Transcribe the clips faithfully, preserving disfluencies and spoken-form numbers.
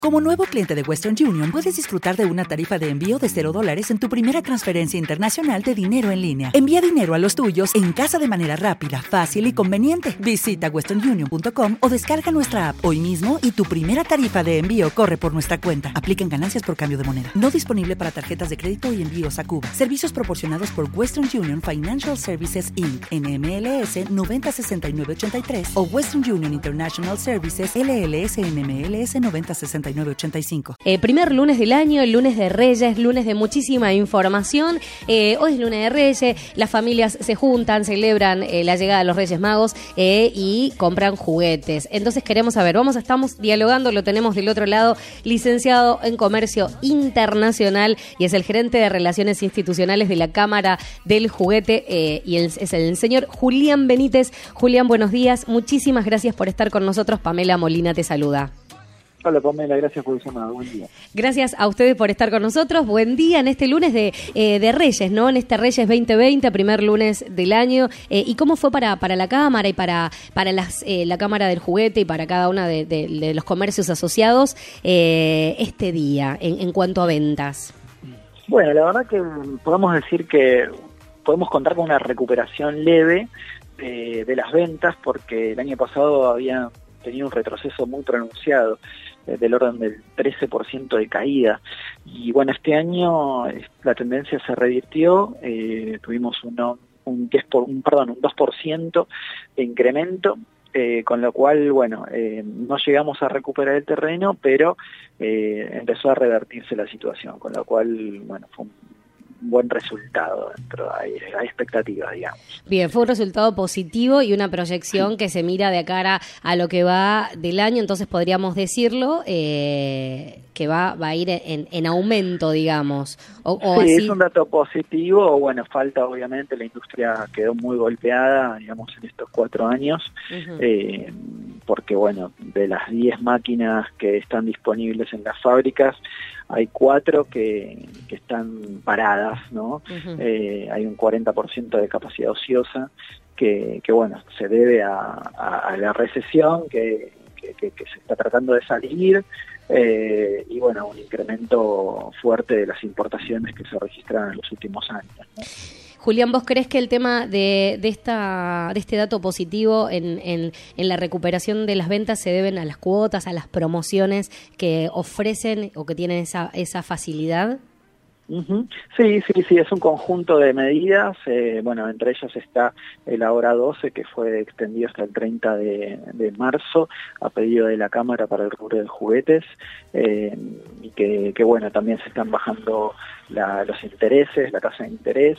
Como nuevo cliente de Western Union, puedes disfrutar de una tarifa de envío de cero dólares en tu primera transferencia internacional de dinero en línea. Envía dinero a los tuyos en casa de manera rápida, fácil y conveniente. Visita western union punto com o descarga nuestra app hoy mismo y tu primera tarifa de envío corre por nuestra cuenta. Aplican ganancias por cambio de moneda. No disponible para tarjetas de crédito y envíos a Cuba. Servicios proporcionados por Western Union Financial Services incorporated. N M L S noventa sesenta y nueve ochenta y tres o Western Union International Services L L S N M L S noventa sesenta y nueve ochenta y cinco. Eh, primer lunes del año, el lunes de Reyes, lunes de muchísima información. Eh, hoy es lunes de Reyes, las familias se juntan, celebran eh, la llegada de los Reyes Magos eh, y compran juguetes. Entonces queremos saber, vamos, estamos dialogando, lo tenemos del otro lado, licenciado en Comercio Internacional y es el gerente de Relaciones Institucionales de la Cámara del Juguete eh, y el, es el señor Julián Benítez. Julián, buenos días, muchísimas gracias por estar con nosotros. Pamela Molina te saluda. Hola Pamela, gracias por el llamado, buen día. Gracias a ustedes por estar con nosotros, buen día en este lunes de, eh, de Reyes, ¿no? En este Reyes veinte veinte, primer lunes del año. Eh, ¿Y cómo fue para, para la Cámara y para, para las, eh, la Cámara del Juguete y para cada uno de, de, de los comercios asociados eh, este día en, en cuanto a ventas? Bueno, la verdad que podemos decir que podemos contar con una recuperación leve de, de las ventas porque el año pasado había tenido un retroceso muy pronunciado, eh, del orden del trece por ciento de caída. Y bueno, este año eh, la tendencia se revirtió, eh, tuvimos uno, un, diez por, un, perdón, un dos por ciento de incremento, eh, con lo cual, bueno, eh, no llegamos a recuperar el terreno, pero eh, empezó a revertirse la situación, con lo cual, bueno, fue un buen resultado dentro, hay, hay expectativas, digamos. Bien, fue un resultado positivo y una proyección sí. que se mira de cara a lo que va del año, entonces podríamos decirlo eh, que va, va a ir en, en aumento, digamos. O, o sí, así. Es un dato positivo, bueno, falta obviamente, la industria quedó muy golpeada, digamos, en estos cuatro años, uh-huh. eh, porque bueno, de las diez máquinas que están disponibles en las fábricas, hay cuatro que, que están paradas, ¿no? Uh-huh. Eh, hay un cuarenta por ciento de capacidad ociosa que, que bueno, se debe a, a, a la recesión que, que, que, que se está tratando de salir eh, y bueno, un incremento fuerte de las importaciones que se registraron en los últimos años, ¿no? Julián, ¿vos creés que el tema de, de esta de este dato positivo en, en, en la recuperación de las ventas se deben a las cuotas, a las promociones que ofrecen o que tienen esa, esa facilidad? Uh-huh. Sí, sí, sí, es un conjunto de medidas, eh, bueno, entre ellas está el Ahora doce, que fue extendido hasta el treinta de marzo, a pedido de la Cámara para el rubro de juguetes, eh, y que, que, bueno, también se están bajando la, los intereses, la tasa de interés,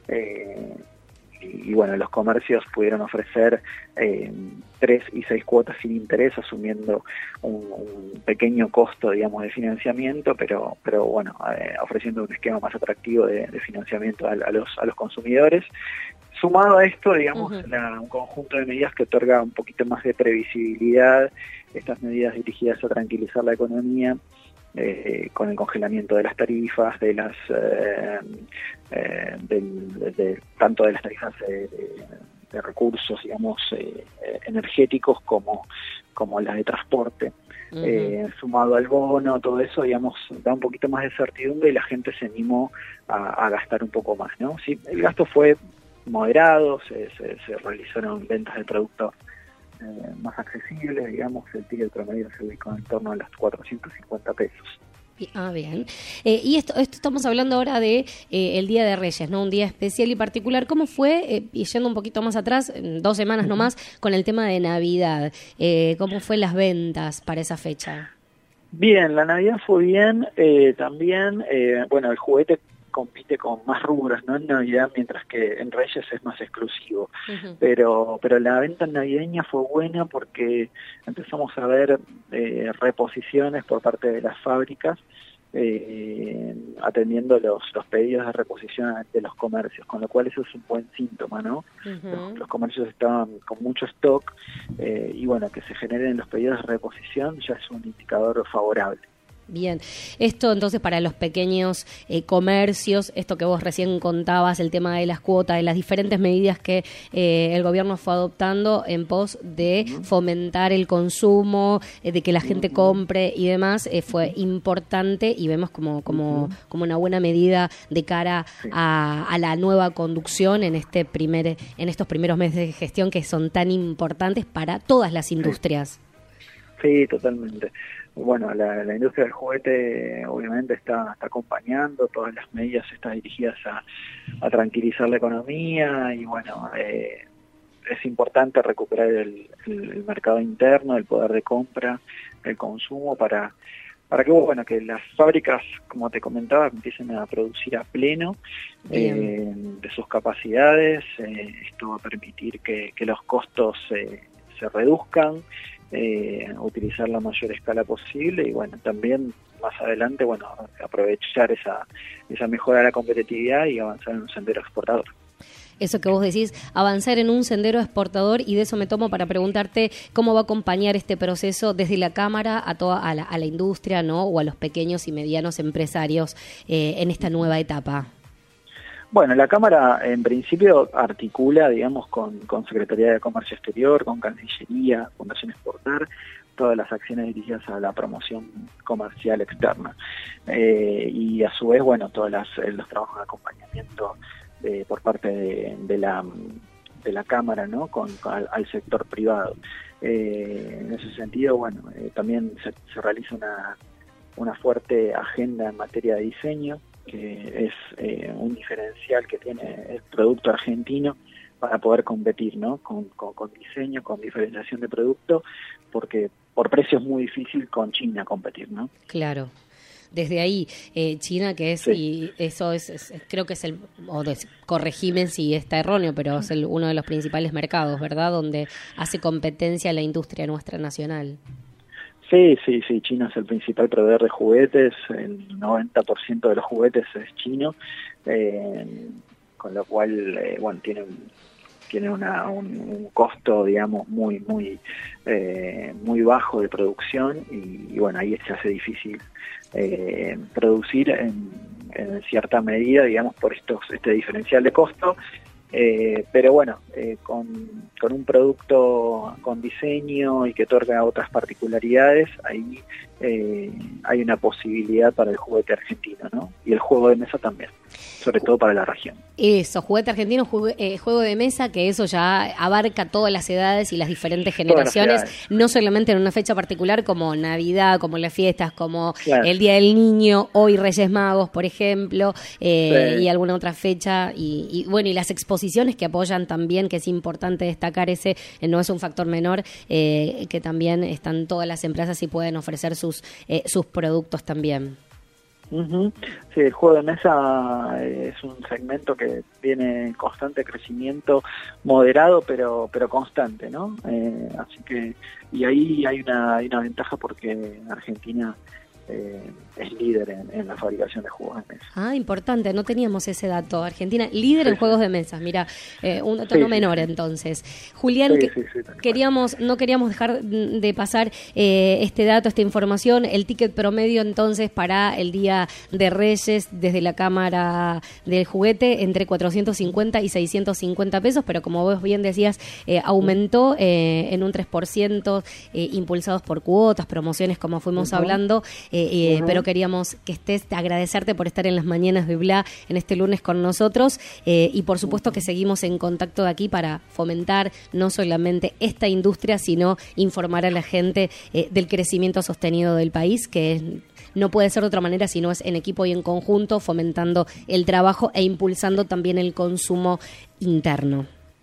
Eh, y, y bueno, los comercios pudieron ofrecer eh, tres y seis cuotas sin interés, asumiendo un, un pequeño costo, digamos, de financiamiento, pero pero bueno, eh, ofreciendo un esquema más atractivo de, de financiamiento a, a los a los consumidores. Sumado a esto, digamos, uh-huh. la, un conjunto de medidas que otorga un poquito más de previsibilidad, estas medidas dirigidas a tranquilizar la economía, Eh, con el congelamiento de las tarifas, de las eh, eh, del, de, de, tanto de las tarifas de, de, de recursos, digamos, eh, energéticos como, como las de transporte. Uh-huh. Eh, sumado al bono, todo eso, digamos, da un poquito más de certidumbre y la gente se animó a, a gastar un poco más, ¿no? Sí, el gasto fue moderado, se, se, se realizaron ventas de productos Eh, más accesibles, digamos, el ticket promedio se ubicó en torno a los cuatrocientos cincuenta pesos. Ah, bien. Eh, y esto, esto estamos hablando ahora de eh, el Día de Reyes, ¿no? Un día especial y particular. ¿Cómo fue, eh, y yendo un poquito más atrás, dos semanas uh-huh. nomás, con el tema de Navidad? Eh, ¿Cómo fue las ventas para esa fecha? Bien, la Navidad fue bien, eh, también, eh, bueno, el juguete compite con más rubros, ¿no? En Navidad, mientras que en Reyes es más exclusivo. Uh-huh. Pero pero la venta navideña fue buena porque empezamos a ver eh, reposiciones por parte de las fábricas, eh, atendiendo los, los pedidos de reposición de los comercios, con lo cual eso es un buen síntoma, ¿no? Uh-huh. Los, los comercios estaban con mucho stock eh, y bueno, que se generen los pedidos de reposición ya es un indicador favorable. Bien, esto entonces para los pequeños eh, comercios, esto que vos recién contabas, el tema de las cuotas, de las diferentes medidas que eh, el gobierno fue adoptando en pos de fomentar el consumo, eh, de que la gente compre y demás, eh, fue importante y vemos como, como, como una buena medida de cara a, a la nueva conducción en este primer, en estos primeros meses de gestión que son tan importantes para todas las industrias. Sí, totalmente. Bueno, la, la industria del juguete obviamente está, está acompañando, todas las medidas están dirigidas a, a tranquilizar la economía y bueno, eh, es importante recuperar el, el, el mercado interno, el poder de compra, el consumo para, para que bueno que las fábricas, como te comentaba, empiecen a producir a pleno eh, de sus capacidades. Eh, esto va a permitir que, que los costos eh, se reduzcan. Eh, utilizar la mayor escala posible y bueno, también más adelante, bueno, aprovechar esa, esa mejora de la competitividad y avanzar en un sendero exportador. Eso que vos decís, avanzar en un sendero exportador, y de eso me tomo para preguntarte cómo va a acompañar este proceso desde la Cámara a toda a la, a la industria, ¿no? O a los pequeños y medianos empresarios eh, en esta nueva etapa. Bueno, la Cámara en principio articula, digamos, con, con Secretaría de Comercio Exterior, con Cancillería, Fundación Exportar, todas las acciones dirigidas a la promoción comercial externa. Eh, y a su vez, bueno, todos las, los trabajos de acompañamiento de, por parte de, de, la, de la Cámara, ¿no? Con, con al, al sector privado. Eh, en ese sentido, bueno, eh, también se, se realiza una, una fuerte agenda en materia de diseño, que es eh, un diferencial que tiene el producto argentino para poder competir, ¿no? Con, con, con diseño, con diferenciación de producto, porque por precio es muy difícil con China competir, ¿no? Claro. Desde ahí, eh, China, que es, sí. y eso es, es, creo que es el, o des, corregime si está erróneo, pero es el, uno de los principales mercados, ¿verdad? Donde hace competencia la industria nuestra nacional. Sí, sí, sí, China es el principal proveedor de juguetes, el noventa por ciento de los juguetes es chino, eh, con lo cual, eh, bueno, tiene, tiene una, un, un costo, digamos, muy, muy, eh, muy bajo de producción y, y bueno, ahí se hace difícil eh, producir en, en cierta medida, digamos, por estos este diferencial de costo. Eh, pero bueno, eh, con, con un producto con diseño y que otorga otras particularidades, ahí eh, hay una posibilidad para el juguete argentino, ¿no? Y el juego de mesa también, sobre todo para la región. Eso, juguete argentino, jugue, eh, juego de mesa, que eso ya abarca todas las edades y las diferentes generaciones, las no solamente en una fecha particular como Navidad, como las fiestas, como claro. el Día del Niño, hoy Reyes Magos, por ejemplo, eh, sí. y alguna otra fecha, y, y bueno, y las exposiciones que apoyan también, que es importante destacar ese, eh, no es un factor menor, eh, que también están todas las empresas y pueden ofrecer sus, eh, sus productos también. Uh-huh. Sí, el juego de mesa es un segmento que viene en constante crecimiento, moderado pero pero constante, ¿no? Eh, así que y ahí hay una hay una ventaja porque Argentina eh, es líder en, en la fabricación de juegos de mesa. Ah, importante, no teníamos ese dato. Argentina, líder sí, en sí. juegos de mesa. Mira, eh, un dato sí, no menor sí, sí. entonces. Julián, sí, que, sí, sí, queríamos, no queríamos dejar de pasar eh, este dato, esta información, el ticket promedio entonces para el Día de Reyes desde la Cámara del Juguete entre cuatrocientos cincuenta y seiscientos cincuenta pesos, pero como vos bien decías, eh, aumentó eh, en un tres por ciento, eh, impulsados por cuotas, promociones, como fuimos uh-huh. hablando, eh, eh, uh-huh. pero queríamos que estés, agradecerte por estar en las mañanas de Bla en este lunes con nosotros eh, y por supuesto que seguimos en contacto de aquí para fomentar no solamente esta industria, sino informar a la gente eh, del crecimiento sostenido del país, que es, no puede ser de otra manera si no es en equipo y en conjunto, fomentando el trabajo e impulsando también el consumo interno.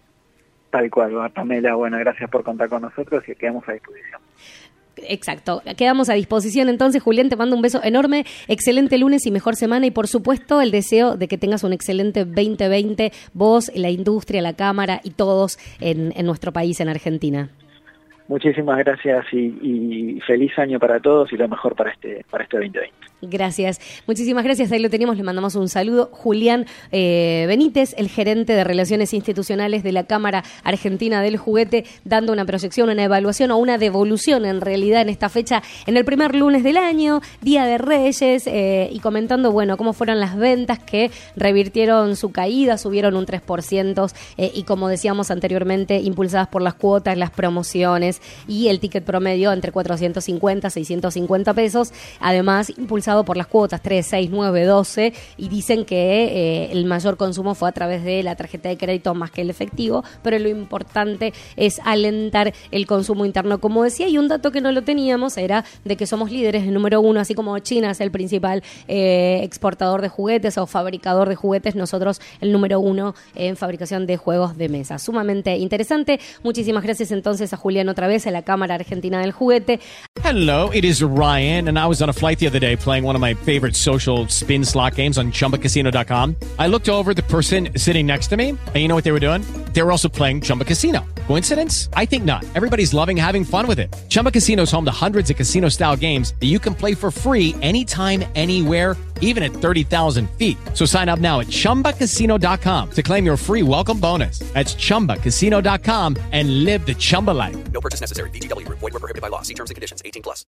Tal cual, Pamela, bueno, gracias por contar con nosotros y quedamos a disposición. Exacto, quedamos a disposición entonces. Julián, te mando un beso enorme, excelente lunes y mejor semana y por supuesto el deseo de que tengas un excelente veinte veinte, vos, la industria, la Cámara y todos en, en nuestro país, en Argentina. Muchísimas gracias y, y feliz año para todos y lo mejor para este para este veinte veinte. Gracias, muchísimas gracias, ahí lo tenemos, le mandamos un saludo. Julián eh, Benítez, el gerente de Relaciones Institucionales de la Cámara Argentina del Juguete, dando una proyección, una evaluación o una devolución en realidad en esta fecha, en el primer lunes del año, Día de Reyes, eh, y comentando, bueno, cómo fueron las ventas que revirtieron su caída, subieron un tres por ciento eh, y como decíamos anteriormente, impulsadas por las cuotas, las promociones y el ticket promedio entre cuatrocientos cincuenta, seiscientos cincuenta pesos, además impulsado por las cuotas tres, seis, nueve, doce, y dicen que eh, el mayor consumo fue a través de la tarjeta de crédito más que el efectivo, pero lo importante es alentar el consumo interno, como decía, y un dato que no lo teníamos era de que somos líderes, el número uno, así como China es el principal eh, exportador de juguetes o fabricador de juguetes, nosotros el número uno en fabricación de juegos de mesa. Sumamente interesante. Muchísimas gracias entonces a Julián otra vez, a la Cámara Argentina del Juguete. Hello, it is Ryan, and I was on a flight the other day playing one of my favorite social spin slot games on Chumba Casino dot com. I looked over at the person sitting next to me, and you know what they were doing? They were also playing Chumba Casino. Coincidence? I think not. Everybody's loving having fun with it. Chumba Casino is home to hundreds of casino-style games that you can play for free anytime, anywhere, even at thirty thousand feet. So sign up now at Chumba Casino dot com to claim your free welcome bonus. That's Chumba Casino dot com and live the Chumba life. No purchase necessary. V G W. Void where prohibited by law. See terms and conditions. eighteen plus.